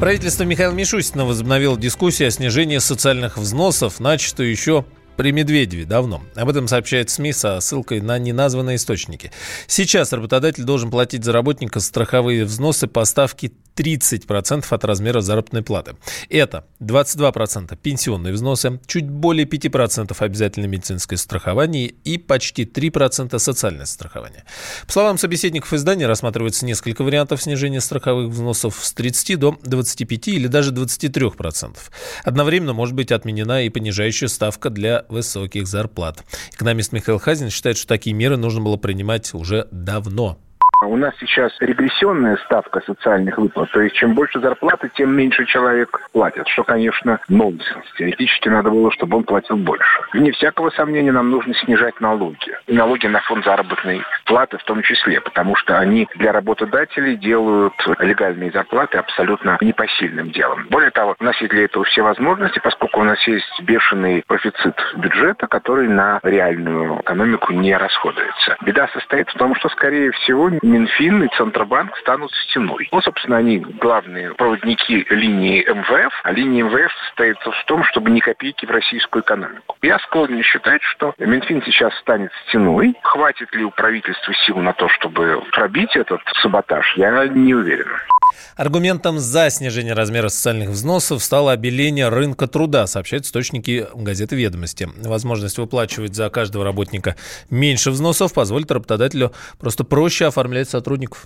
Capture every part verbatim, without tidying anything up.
Правительство Михаила Мишустина возобновило дискуссию о снижении социальных взносов, начатую еще при Медведеве давно. Об этом сообщает СМИ со ссылкой на неназванные источники. Сейчас работодатель должен платить за работника страховые взносы по ставке тридцать процентов от размера заработной платы. Это двадцать два процента пенсионные взносы, чуть более пять процентов обязательное медицинское страхование и почти три процента социальное страхование. По словам собеседников издания, рассматривается несколько вариантов снижения страховых взносов с тридцати до двадцати пяти или даже двадцати трёх процентов. Одновременно может быть отменена и понижающая ставка для высоких зарплат. Экономист Михаил Хазин считает, что такие меры нужно было принимать уже давно. У нас сейчас регрессионная ставка социальных выплат, то есть чем больше зарплаты, тем меньше человек платит, что, конечно, нонсенс. Теоретически надо было, чтобы он платил больше. Вне всякого сомнения, нам нужно снижать налоги. И налоги на фонд заработной платы в том числе, потому что они для работодателей делают легальные зарплаты абсолютно непосильным делом. Более того, у нас есть для этого все возможности, поскольку у нас есть бешеный профицит бюджета, который на реальную экономику не расходуется. Беда состоит в том, что, скорее всего, Минфин и Центробанк станут стеной. Ну, собственно, они главные проводники линии эм вэ эф, а линия эм вэ эф состоит в том, чтобы ни копейки в российскую экономику. Я склонен считать, что Минфин сейчас станет стеной. Хватит ли у правительства сил на то, чтобы пробить этот саботаж, я не уверен. Аргументом за снижение размера социальных взносов стало обеление рынка труда, сообщают источники газеты «Ведомости». Возможность выплачивать за каждого работника меньше взносов позволит работодателю просто проще оформлять сотрудников.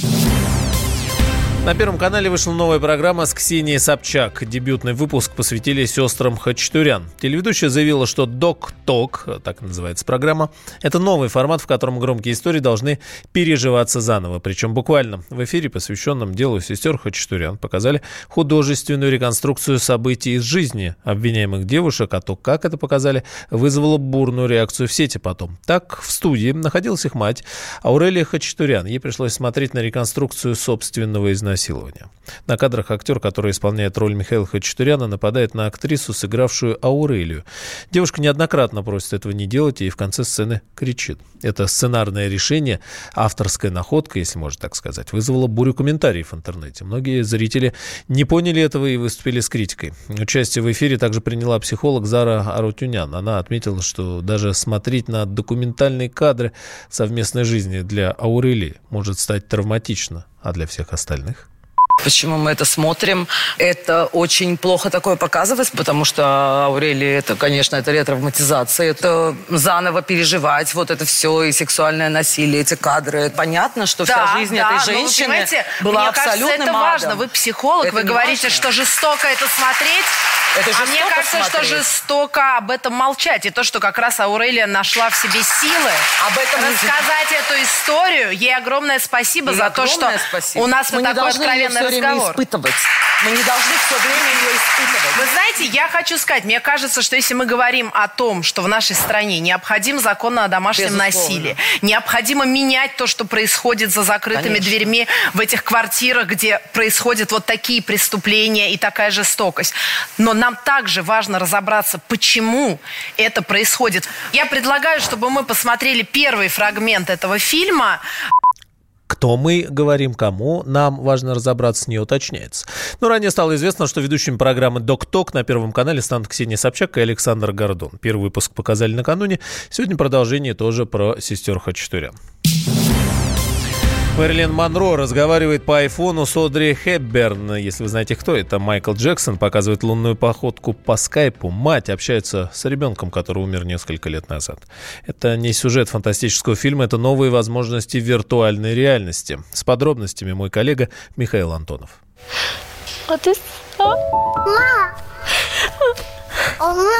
На Первом канале вышла новая программа с Ксенией Собчак. Дебютный выпуск посвятили сестрам Хачатурян. Телеведущая заявила, что «Док-Ток», так называется программа, это новый формат, в котором громкие истории должны переживаться заново. Причем буквально. В эфире, посвященном делу сестер Хачатурян, показали художественную реконструкцию событий из жизни обвиняемых девушек, а то, как это показали, вызвало бурную реакцию в сети потом. Так, в студии находилась их мать Аурелия Хачатурян. Ей пришлось смотреть на реконструкцию собственного изнасилования. На кадрах актер, который исполняет роль Михаила Хачатуряна, нападает на актрису, сыгравшую Аурелию. Девушка неоднократно просит этого не делать и в конце сцены кричит. Это сценарное решение, авторская находка, если можно так сказать, вызвало бурю комментариев в интернете. Многие зрители не поняли этого и выступили с критикой. Участие в эфире также приняла психолог Зара Арутюнян. Она отметила, что даже смотреть на документальные кадры совместной жизни для Аурелии может стать травматично. А для всех остальных? Почему мы это смотрим? Это очень плохо такое показывать, потому что Аурелия, это, конечно, это ретравматизация, это заново переживать вот это все, и сексуальное насилие, эти кадры. Понятно, что да, вся жизнь да, этой женщины была мне абсолютным кажется, это адом. важно. Вы психолог, это вы говорите, важно. что жестоко это смотреть. Это а мне кажется, смотреть. что жестоко об этом молчать. И то, что как раз Аурелия нашла в себе силы об этом рассказать эту историю. Ей огромное спасибо Ей за то, что спасибо. у нас вот такой откровенный разговор. Испытывать. Мы не должны все время ее испытывать. Вы знаете, я хочу сказать, мне кажется, что если мы говорим о том, что в нашей стране необходим закон о домашнем Безусловно. насилии, необходимо менять то, что происходит за закрытыми Конечно. дверьми в этих квартирах, где происходят вот такие преступления и такая жестокость. Но нам также важно разобраться, почему это происходит. Я предлагаю, чтобы мы посмотрели первый фрагмент этого фильма. Кто мы говорим, кому нам важно разобраться, не уточняется. Но ранее стало известно, что ведущими программы «Док-Ток» на Первом канале станут Ксения Собчак и Александр Гордон. Первый выпуск показали накануне. Сегодня продолжение тоже про сестер Хачатурян. Мэрилин Монро разговаривает по айфону с Одри Хепберн. Если вы знаете, кто это, Майкл Джексон показывает лунную походку по скайпу. Мать общается с ребенком, который умер несколько лет назад. Это не сюжет фантастического фильма, это новые возможности виртуальной реальности. С подробностями мой коллега Михаил Антонов. 어딨어? 엄마! 엄마!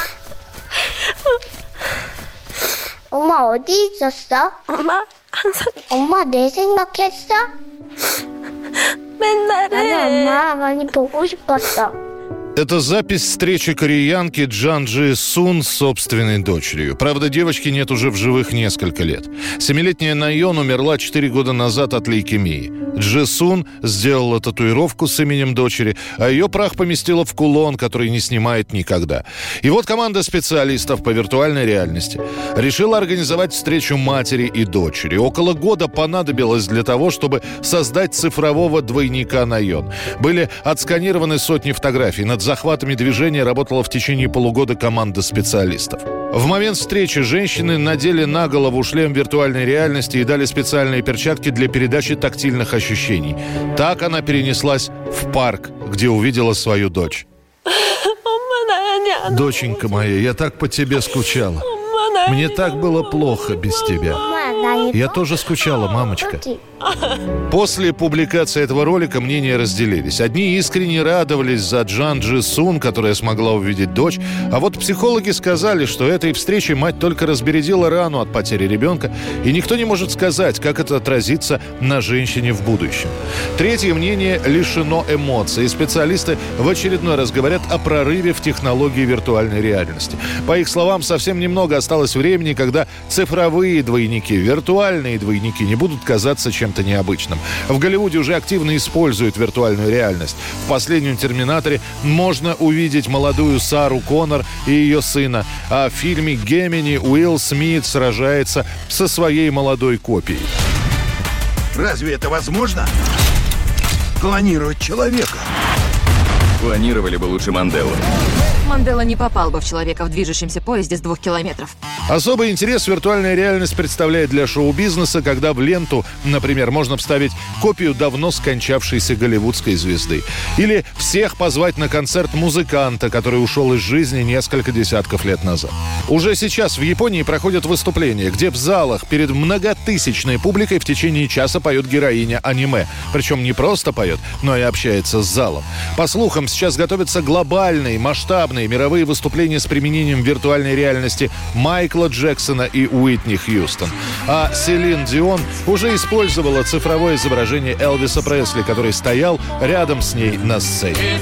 엄마 어디 있었어? 엄마 항상 엄마 내 생각했어? 맨날 해. 나는 엄마 많이 보고 싶었어. Это запись встречи кореянки Джан Джи Сун с собственной дочерью. Правда, девочки нет уже в живых несколько лет. Семилетняя Найон умерла четыре года назад от лейкемии. Джи Сун сделала татуировку с именем дочери, а ее прах поместила в кулон, который не снимает никогда. И вот команда специалистов по виртуальной реальности решила организовать встречу матери и дочери. Около года понадобилось для того, чтобы создать цифрового двойника Найон. Были отсканированы сотни фотографий. Над захватами движения работала в течение полугода команда специалистов. В момент встречи женщины надели на голову шлем виртуальной реальности и дали специальные перчатки для передачи тактильных ощущений. Так она перенеслась в парк, где увидела свою дочь. Доченька моя, я так по тебе скучала. Мне так было плохо без тебя. Я тоже скучала, мамочка. После публикации этого ролика мнения разделились. Одни искренне радовались за Джан Джи Сун, которая смогла увидеть дочь. А вот психологи сказали, что этой встрече мать только разбередила рану от потери ребенка, и никто не может сказать, как это отразится на женщине в будущем. Третье мнение лишено эмоций. И специалисты в очередной раз говорят о прорыве в технологии виртуальной реальности. По их словам, совсем немного осталось времени, когда цифровые двойники, виртуальные двойники не будут казаться чем-то необычным. В Голливуде уже активно используют виртуальную реальность. В последнем «Терминаторе» можно увидеть молодую Сару Коннор и ее сына, а в фильме «Гемини» Уилл Смит сражается со своей молодой копией. Разве это возможно? Клонировать человека? Клонировали бы лучше Манделу. Мандела не попал бы в человека в движущемся поезде с двух километров. Особый интерес виртуальная реальность представляет для шоу-бизнеса, когда в ленту, например, можно вставить копию давно скончавшейся голливудской звезды. Или всех позвать на концерт музыканта, который ушел из жизни несколько десятков лет назад. Уже сейчас в Японии проходят выступления, где в залах перед многотысячной публикой в течение часа поет героиня аниме. Причем не просто поет, но и общается с залом. По слухам, сейчас готовятся глобальные, масштабные мировые выступления с применением виртуальной реальности Майкла Джексона и Уитни Хьюстон. А Селин Дион уже использовала цифровое изображение Элвиса Пресли, который стоял рядом с ней на сцене.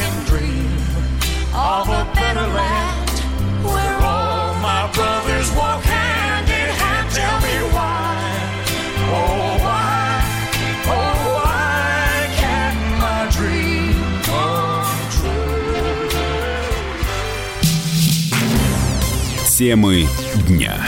Темы дня.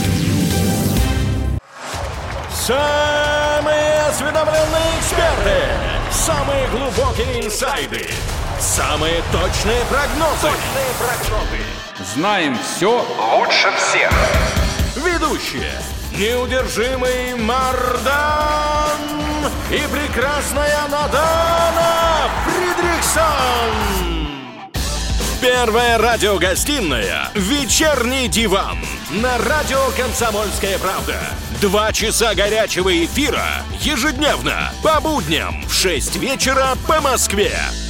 Самые осведомленные эксперты, самые глубокие инсайды, самые точные прогнозы. Точные прогнозы. Знаем все лучше всех. Ведущие: неудержимый Мардан и прекрасная Надана Фридрихсон. Первая радиогостинная «Вечерний диван» на радио «Комсомольская правда». Два часа горячего эфира ежедневно по будням в шесть вечера по Москве.